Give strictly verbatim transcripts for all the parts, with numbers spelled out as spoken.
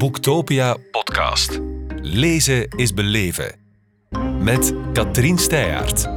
Boektopia podcast. Lezen is beleven. Met Katrien Steijaert.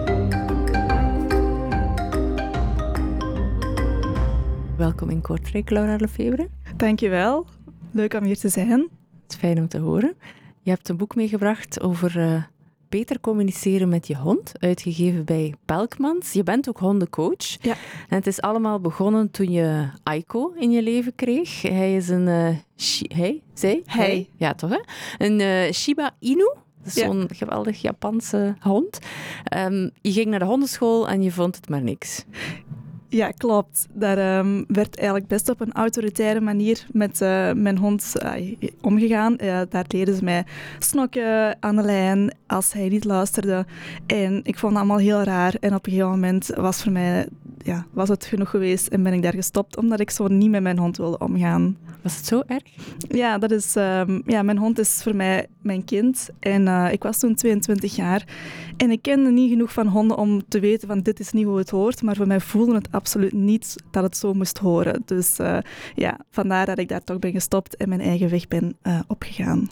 Welkom in Kortrijk, Laura Lefebvre. Dankjewel. Leuk om hier te zijn. Het is fijn om te horen. Je hebt een boek meegebracht over uh, beter communiceren met je hond, uitgegeven bij Pelkmans. Je bent ook hondencoach. Ja. En het is allemaal begonnen toen je Aiko in je leven kreeg. Hij is een... Uh, shi- hij? Zij? Hij. hij. Ja, toch hè? Een uh, Shiba Inu. Dat is Ja. zo'n geweldig Japanse hond. Um, je ging naar de hondenschool en je vond het maar niks. Ja, klopt. Daar um, werd eigenlijk best op een autoritaire manier met uh, mijn hond uh, omgegaan. Uh, daar deden ze mij snokken aan de lijn als hij niet luisterde. En ik vond het allemaal heel raar. En op een gegeven moment was voor mij, ja, was het genoeg geweest en ben ik daar gestopt, omdat ik zo niet met mijn hond wilde omgaan. Was het zo erg? Ja, dat is, um, ja, mijn hond is voor mij mijn kind. En uh, ik was toen tweeëntwintig jaar. En ik kende niet genoeg van honden om te weten van dit is niet hoe het hoort. Maar voor mij voelde het absoluut niet dat het zo moest horen. Dus uh, ja, vandaar dat ik daar toch ben gestopt en mijn eigen weg ben uh, opgegaan.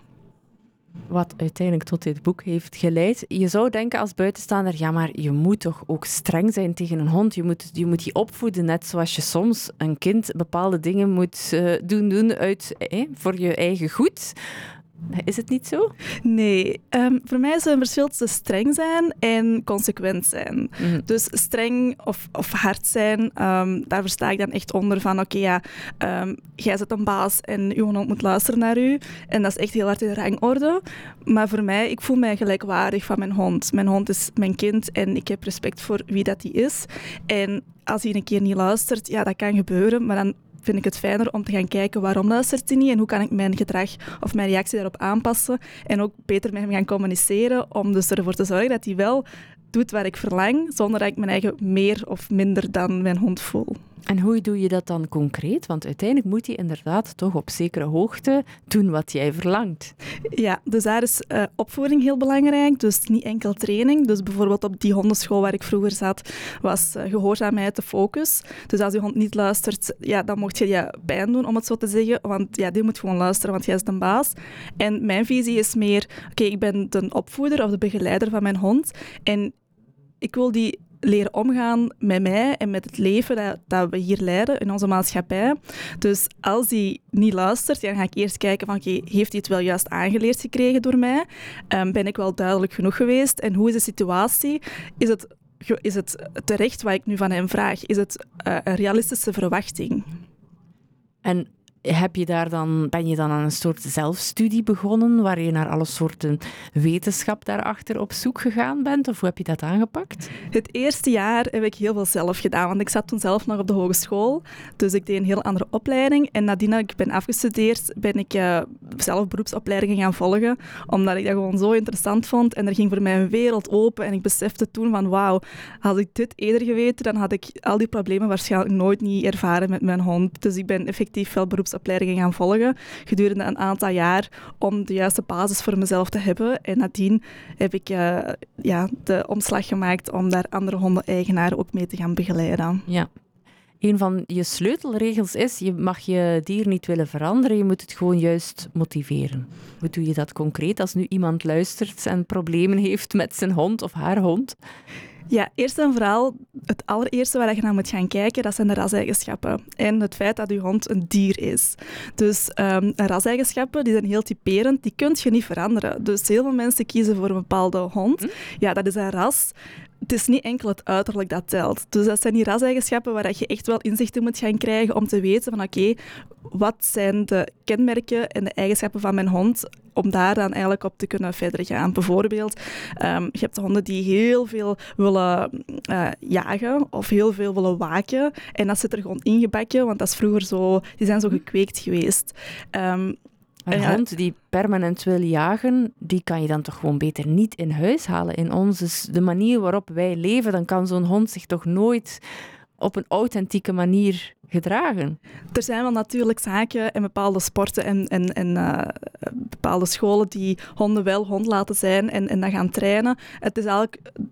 Wat uiteindelijk tot dit boek heeft geleid. Je zou denken als buitenstaander, ja, maar je moet toch ook streng zijn tegen een hond. Je moet, je moet die opvoeden, net zoals je soms een kind bepaalde dingen moet uh, doen, doen uit, eh, voor je eigen goed. Is het niet zo? Nee, um, voor mij is er een verschil tussen streng zijn en consequent zijn. Mm-hmm. Dus streng of, of hard zijn, um, daar versta ik dan echt onder van oké, okay, ja, um, jij bent een baas en uw hond moet luisteren naar u. En dat is echt heel hard in rangorde. Maar voor mij, ik voel mij gelijkwaardig van mijn hond. Mijn hond is mijn kind en ik heb respect voor wie dat die is. En als hij een keer niet luistert, ja, dat kan gebeuren, maar dan vind ik het fijner om te gaan kijken waarom luistert hij niet en hoe kan ik mijn gedrag of mijn reactie daarop aanpassen en ook beter met hem gaan communiceren om dus ervoor te zorgen dat hij wel doet wat ik verlang, zonder dat ik mijn eigen meer of minder dan mijn hond voel. En hoe doe je dat dan concreet? Want uiteindelijk moet hij inderdaad toch op zekere hoogte doen wat jij verlangt. Ja, dus daar is uh, opvoeding heel belangrijk. Dus niet enkel training. Dus bijvoorbeeld op die hondenschool waar ik vroeger zat, was uh, gehoorzaamheid de focus. Dus als je hond niet luistert, ja, dan mocht je je pijn doen, om het zo te zeggen. Want ja, die moet gewoon luisteren, want jij is de baas. En mijn visie is meer, oké, okay, ik ben de opvoeder of de begeleider van mijn hond. En ik wil die leren omgaan met mij en met het leven dat, dat we hier leiden in onze maatschappij. Dus als hij niet luistert, dan ga ik eerst kijken van oké, okay, heeft hij het wel juist aangeleerd gekregen door mij? Um, ben ik wel duidelijk genoeg geweest? En hoe is de situatie? Is het, is het terecht wat ik nu van hem vraag? Is het uh, een realistische verwachting? En heb je daar dan, ben je dan aan een soort zelfstudie begonnen, waar je naar alle soorten wetenschap daarachter op zoek gegaan bent? Of hoe heb je dat aangepakt? Het eerste jaar heb ik heel veel zelf gedaan, want ik zat toen zelf nog op de hogeschool. Dus ik deed een heel andere opleiding. En nadien dat ik ben afgestudeerd, ben ik uh, zelf beroepsopleidingen gaan volgen, omdat ik dat gewoon zo interessant vond. En er ging voor mij een wereld open. En ik besefte toen van wauw, had ik dit eerder geweten, dan had ik al die problemen waarschijnlijk nooit niet ervaren met mijn hond. Dus ik ben effectief wel beroepsopleidingen gaan volgen gedurende een aantal jaar om de juiste basis voor mezelf te hebben. En nadien heb ik uh, ja, de omslag gemaakt om daar andere hondeneigenaren ook mee te gaan begeleiden. Ja. Een van je sleutelregels is, je mag je dier niet willen veranderen, je moet het gewoon juist motiveren. Hoe doe je dat concreet als nu iemand luistert en problemen heeft met zijn hond of haar hond? Ja, eerst en vooral, het allereerste waar je naar moet gaan kijken, dat zijn de raseigenschappen. En het feit dat je hond een dier is. Dus um, raseigenschappen, die zijn heel typerend, die kun je niet veranderen. Dus heel veel mensen kiezen voor een bepaalde hond. Ja, dat is een ras. Het is niet enkel het uiterlijk dat telt. Dus dat zijn die raseigenschappen waar je echt wel inzichten moet gaan krijgen om te weten van oké, okay, wat zijn de kenmerken en de eigenschappen van mijn hond, om daar dan eigenlijk op te kunnen verder gaan. Bijvoorbeeld, um, je hebt honden die heel veel willen uh, jagen of heel veel willen waken. En dat zit er gewoon ingebakken, want dat is vroeger zo, die zijn zo gekweekt geweest. Um, Een ja. hond die permanent wil jagen, die kan je dan toch gewoon beter niet in huis halen. In ons is de manier waarop wij leven, dan kan zo'n hond zich toch nooit op een authentieke manier gedragen. Er zijn wel natuurlijk zaken en bepaalde sporten en, en, en uh, bepaalde scholen die honden wel hond laten zijn en, en dat gaan trainen. Het is eigenlijk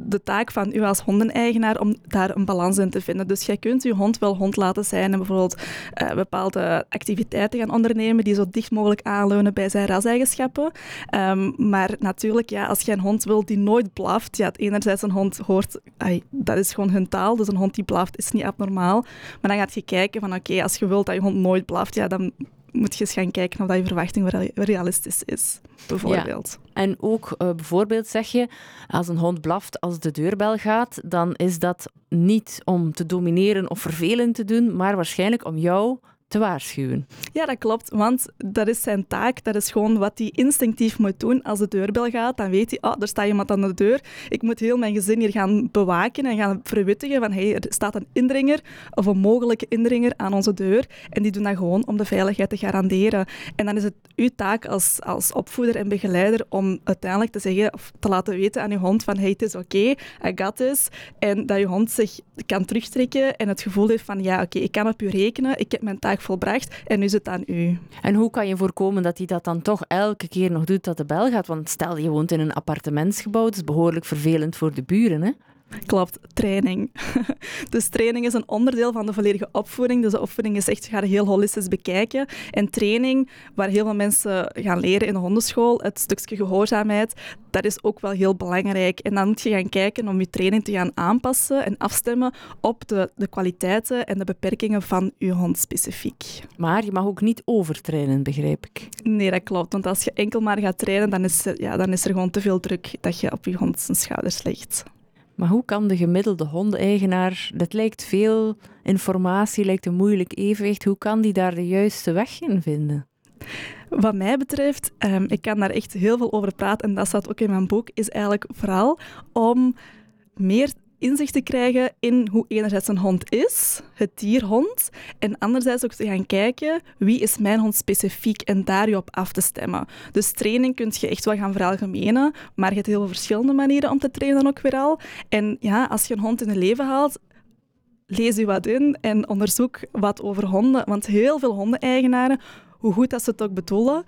de taak van u als hondeneigenaar om daar een balans in te vinden. Dus jij kunt je hond wel hond laten zijn en bijvoorbeeld uh, bepaalde activiteiten gaan ondernemen die zo dicht mogelijk aanleunen bij zijn raseigenschappen. Um, maar natuurlijk, ja, als je een hond wil die nooit blaft, ja, enerzijds een hond hoort, ay, dat is gewoon hun taal, dus een hond die blaft is niet abnormaal. Maar dan gaat je kijken van oké, okay, als je wilt dat je hond nooit blaft, ja, dan moet je eens gaan kijken of dat je verwachting realistisch is, bijvoorbeeld. Ja. En ook uh, bijvoorbeeld zeg je, als een hond blaft als de deurbel gaat, dan is dat niet om te domineren of vervelend te doen, maar waarschijnlijk om jou te waarschuwen. Ja, dat klopt, want dat is zijn taak. Dat is gewoon wat hij instinctief moet doen. Als de deurbel gaat, dan weet hij, oh, er staat iemand aan de deur. Ik moet heel mijn gezin hier gaan bewaken en gaan verwittigen van, hey, er staat een indringer of een mogelijke indringer aan onze deur. En die doen dat gewoon om de veiligheid te garanderen. En dan is het uw taak als, als opvoeder en begeleider om uiteindelijk te zeggen of te laten weten aan je hond van, hey, het is oké, okay, I got this. En dat je hond zich kan terugtrekken en het gevoel heeft van, ja, oké, okay, ik kan op u rekenen, ik heb mijn taak volbracht en nu is het aan u. En hoe kan je voorkomen dat hij dat dan toch elke keer nog doet dat de bel gaat? Want stel, je woont in een appartementsgebouw, dat is behoorlijk vervelend voor de buren, hè? Klopt, training. Dus training is een onderdeel van de volledige opvoeding. Dus de opvoeding is echt, je gaat heel holistisch bekijken. En training, waar heel veel mensen gaan leren in de hondenschool, het stukje gehoorzaamheid, dat is ook wel heel belangrijk. En dan moet je gaan kijken om je training te gaan aanpassen en afstemmen op de, de kwaliteiten en de beperkingen van je hond specifiek. Maar je mag ook niet overtrainen, begrijp ik. Nee, dat klopt. Want als je enkel maar gaat trainen, dan is er, ja, dan is er gewoon te veel druk dat je op je hond zijn schouders legt. Maar hoe kan de gemiddelde hondeneigenaar, dat lijkt veel informatie, lijkt een moeilijk evenwicht, hoe kan die daar de juiste weg in vinden? Wat mij betreft, um, ik kan daar echt heel veel over praten en dat staat ook in mijn boek, is eigenlijk vooral om meer inzicht te krijgen in hoe enerzijds een hond is, het dierhond, en anderzijds ook te gaan kijken wie is mijn hond specifiek en daar je op af te stemmen. Dus training kun je echt wel gaan veralgemenen, maar je hebt heel veel verschillende manieren om te trainen ook weer al. En ja, als je een hond in het leven haalt, lees je wat in en onderzoek wat over honden, want heel veel hondeneigenaren, hoe goed dat ze het ook bedoelen,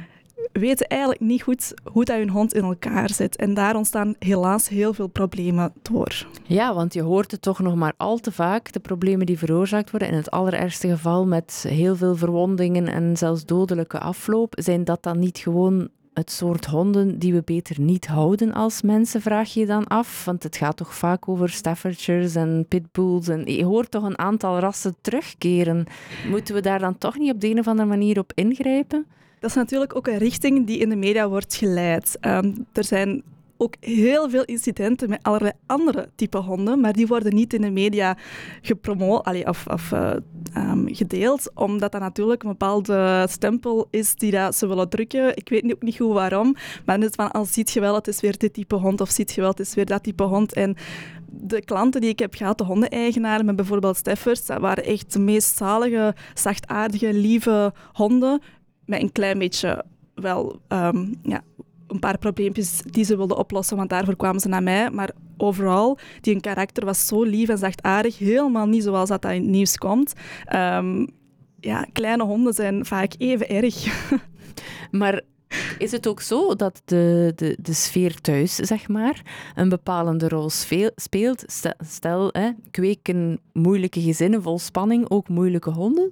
weten eigenlijk niet goed hoe dat hun hond in elkaar zit. En daar ontstaan helaas heel veel problemen door. Ja, want je hoort het toch nog maar al te vaak, de problemen die veroorzaakt worden. In het allerergste geval met heel veel verwondingen en zelfs dodelijke afloop. Zijn dat dan niet gewoon het soort honden die we beter niet houden als mensen, vraag je dan af? Want het gaat toch vaak over Staffordshires en Pitbulls. En je hoort toch een aantal rassen terugkeren. Moeten we daar dan toch niet op de een of andere manier op ingrijpen? Dat is natuurlijk ook een richting die in de media wordt geleid. Um, er zijn ook heel veel incidenten met allerlei andere type honden, maar die worden niet in de media gepromoot of, of uh, um, gedeeld, omdat dat natuurlijk een bepaalde stempel is die dat ze willen drukken. Ik weet ook niet goed waarom, maar dan is het van, al ziet je wel, het is weer dit type hond, of ziet je wel, het is weer dat type hond. En de klanten die ik heb gehad, de hondeneigenaren met bijvoorbeeld Staffords, dat waren echt de meest zalige, zachtaardige, lieve honden, met een klein beetje wel um, ja, een paar probleempjes die ze wilden oplossen, want daarvoor kwamen ze naar mij. Maar overal, die hun karakter was zo lief en zachtaardig, helemaal niet zoals dat, dat in het nieuws komt. Um, ja, kleine honden zijn vaak even erg. Maar is het ook zo dat de, de, de sfeer thuis, zeg maar, een bepalende rol speelt? Stel, hè, kweken moeilijke gezinnen vol spanning ook moeilijke honden?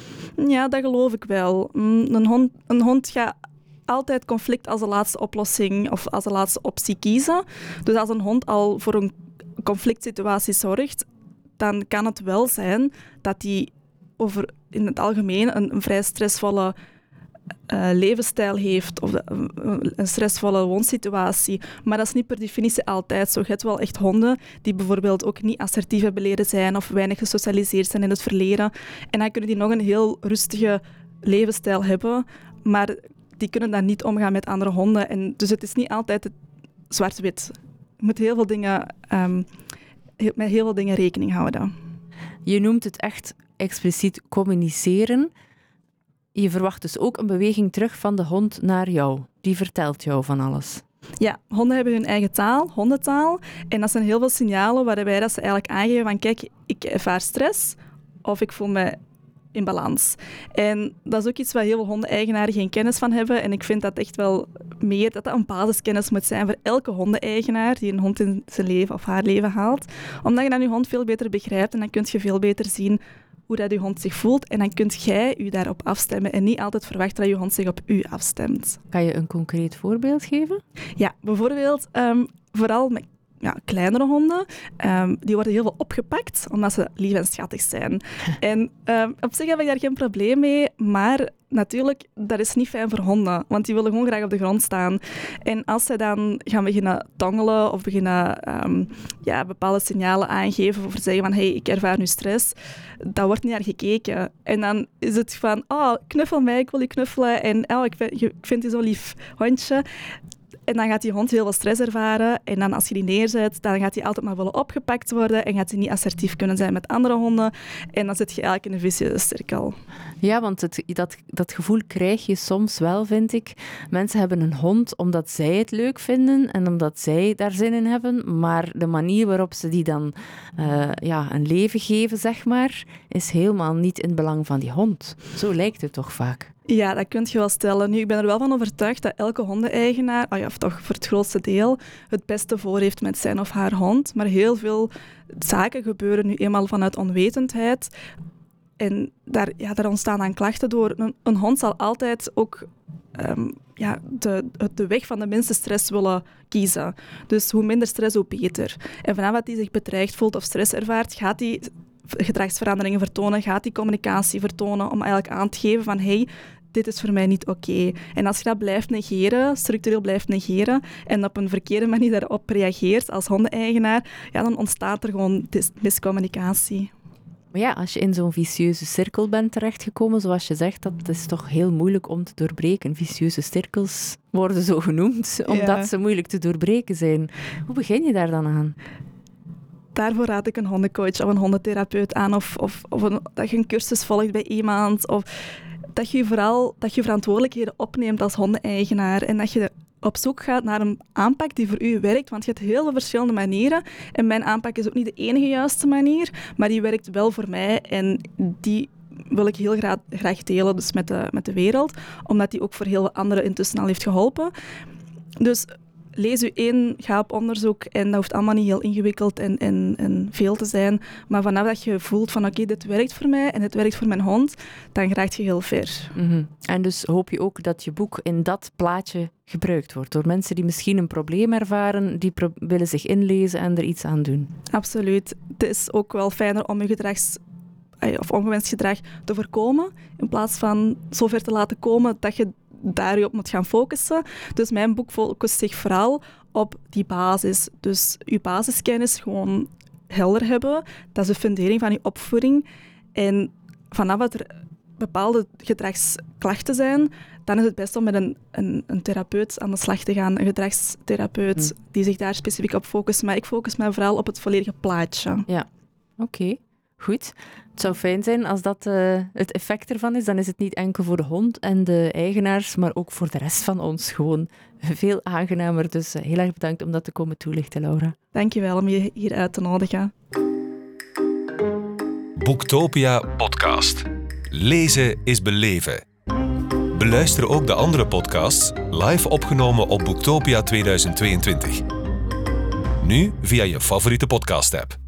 Ja, dat geloof ik wel. Een hond, een hond gaat altijd conflict als de laatste oplossing of als de laatste optie kiezen. Dus als een hond al voor een conflict situatie zorgt, dan kan het wel zijn dat hij over in het algemeen een, een vrij stressvolle uh, levensstijl heeft of de, een stressvolle woonsituatie. Maar dat is niet per definitie altijd zo. Je hebt wel echt honden die bijvoorbeeld ook niet assertief hebben leren zijn of weinig gesocialiseerd zijn in het verleden. En dan kunnen die nog een heel rustige levensstijl hebben, maar die kunnen dan niet omgaan met andere honden. En dus het is niet altijd het zwart-wit. Je moet heel veel dingen, um, met heel veel dingen rekening houden. Je noemt het echt expliciet communiceren. Je verwacht dus ook een beweging terug van de hond naar jou. Die vertelt jou van alles. Ja, honden hebben hun eigen taal, hondentaal. En dat zijn heel veel signalen waarbij dat ze eigenlijk aangeven van kijk, ik ervaar stress of ik voel me in balans. En dat is ook iets waar heel veel hondeneigenaren geen kennis van hebben. En ik vind dat echt wel meer dat dat een basiskennis moet zijn voor elke hondeneigenaar die een hond in zijn leven of haar leven haalt. Omdat je dan je hond veel beter begrijpt en dan kun je veel beter zien hoe dat je hond zich voelt. En dan kunt jij je daarop afstemmen en niet altijd verwachten dat je hond zich op u afstemt. Kan je een concreet voorbeeld geven? Ja, bijvoorbeeld um, vooral met Ja, kleinere honden, um, die worden heel veel opgepakt omdat ze lief en schattig zijn. En um, op zich heb ik daar geen probleem mee, maar natuurlijk, dat is niet fijn voor honden, want die willen gewoon graag op de grond staan. En als zij dan gaan beginnen tongelen of beginnen um, ja, bepaalde signalen aangeven of zeggen van hey, ik ervaar nu stress, dan wordt niet naar gekeken. En dan is het van, oh, knuffel mij, ik wil je knuffelen en oh, ik vind, ik vind je zo'n lief hondje. En dan gaat die hond heel veel stress ervaren. En dan als je die neerzet, dan gaat hij altijd maar willen opgepakt worden en gaat hij niet assertief kunnen zijn met andere honden. En dan zit je eigenlijk in een vicieuze cirkel. Ja, want het, dat, dat gevoel krijg je soms wel, vind ik. Mensen hebben een hond omdat zij het leuk vinden en omdat zij daar zin in hebben. Maar de manier waarop ze die dan uh, ja, een leven geven, zeg maar, is helemaal niet in het belang van die hond. Zo lijkt het toch vaak. Ja, dat kun je wel stellen. Nu, ik ben er wel van overtuigd dat elke hondeneigenaar, oh ja, of toch voor het grootste deel, het beste voor heeft met zijn of haar hond. Maar heel veel zaken gebeuren nu eenmaal vanuit onwetendheid. En daar, ja, daar ontstaan dan klachten door. Een, een hond zal altijd ook um, ja, de, de weg van de minste stress willen kiezen. Dus hoe minder stress, hoe beter. En vanaf dat hij zich bedreigd voelt of stress ervaart, gaat hij gedragsveranderingen vertonen, gaat die communicatie vertonen om eigenlijk aan te geven van hey, dit is voor mij niet oké. Okay. En als je dat blijft negeren, structureel blijft negeren en op een verkeerde manier daarop reageert als hondeneigenaar, ja, dan ontstaat er gewoon dis- miscommunicatie. Maar ja, als je in zo'n vicieuze cirkel bent terechtgekomen, zoals je zegt, dat is toch heel moeilijk om te doorbreken. Vicieuze cirkels worden zo genoemd, omdat ja. ze moeilijk te doorbreken zijn. Hoe begin je daar dan aan? Daarvoor raad ik een hondencoach of een hondentherapeut aan, of, of, of een, dat je een cursus volgt bij iemand, of dat je vooral dat je verantwoordelijkheden opneemt als hondeneigenaar en dat je op zoek gaat naar een aanpak die voor u werkt, want je hebt heel veel verschillende manieren en mijn aanpak is ook niet de enige juiste manier, maar die werkt wel voor mij en die wil ik heel graag, graag delen dus met, de, met de wereld, omdat die ook voor heel veel anderen intussen al heeft geholpen. Dus lees u in, ga op onderzoek en dat hoeft allemaal niet heel ingewikkeld en, en, en veel te zijn. Maar vanaf dat je voelt van oké, okay, dit werkt voor mij en dit werkt voor mijn hond, dan raak je heel ver. Mm-hmm. En dus hoop je ook dat je boek in dat plaatje gebruikt wordt door mensen die misschien een probleem ervaren, die pro- willen zich inlezen en er iets aan doen. Absoluut. Het is ook wel fijner om je gedrags of ongewenst gedrag te voorkomen, in plaats van zover te laten komen dat je daar je op moet gaan focussen. Dus mijn boek focust zich vooral op die basis. Dus je basiskennis gewoon helder hebben. Dat is de fundering van je opvoeding. En vanaf dat er bepaalde gedragsklachten zijn, dan is het best om met een, een, een therapeut aan de slag te gaan. Een gedragstherapeut mm. die zich daar specifiek op focust. Maar ik focus me vooral op het volledige plaatje. Ja, oké. Okay. Goed. Het zou fijn zijn als dat uh, het effect ervan is. Dan is het niet enkel voor de hond en de eigenaars, maar ook voor de rest van ons gewoon veel aangenamer. Dus uh, heel erg bedankt om dat te komen toelichten, Laura. Dank je wel om je hier uit te nodigen. Boektopia podcast. Lezen is beleven. Beluister ook de andere podcasts live opgenomen op Boektopia tweeduizend tweeëntwintig. Nu via je favoriete podcast-app.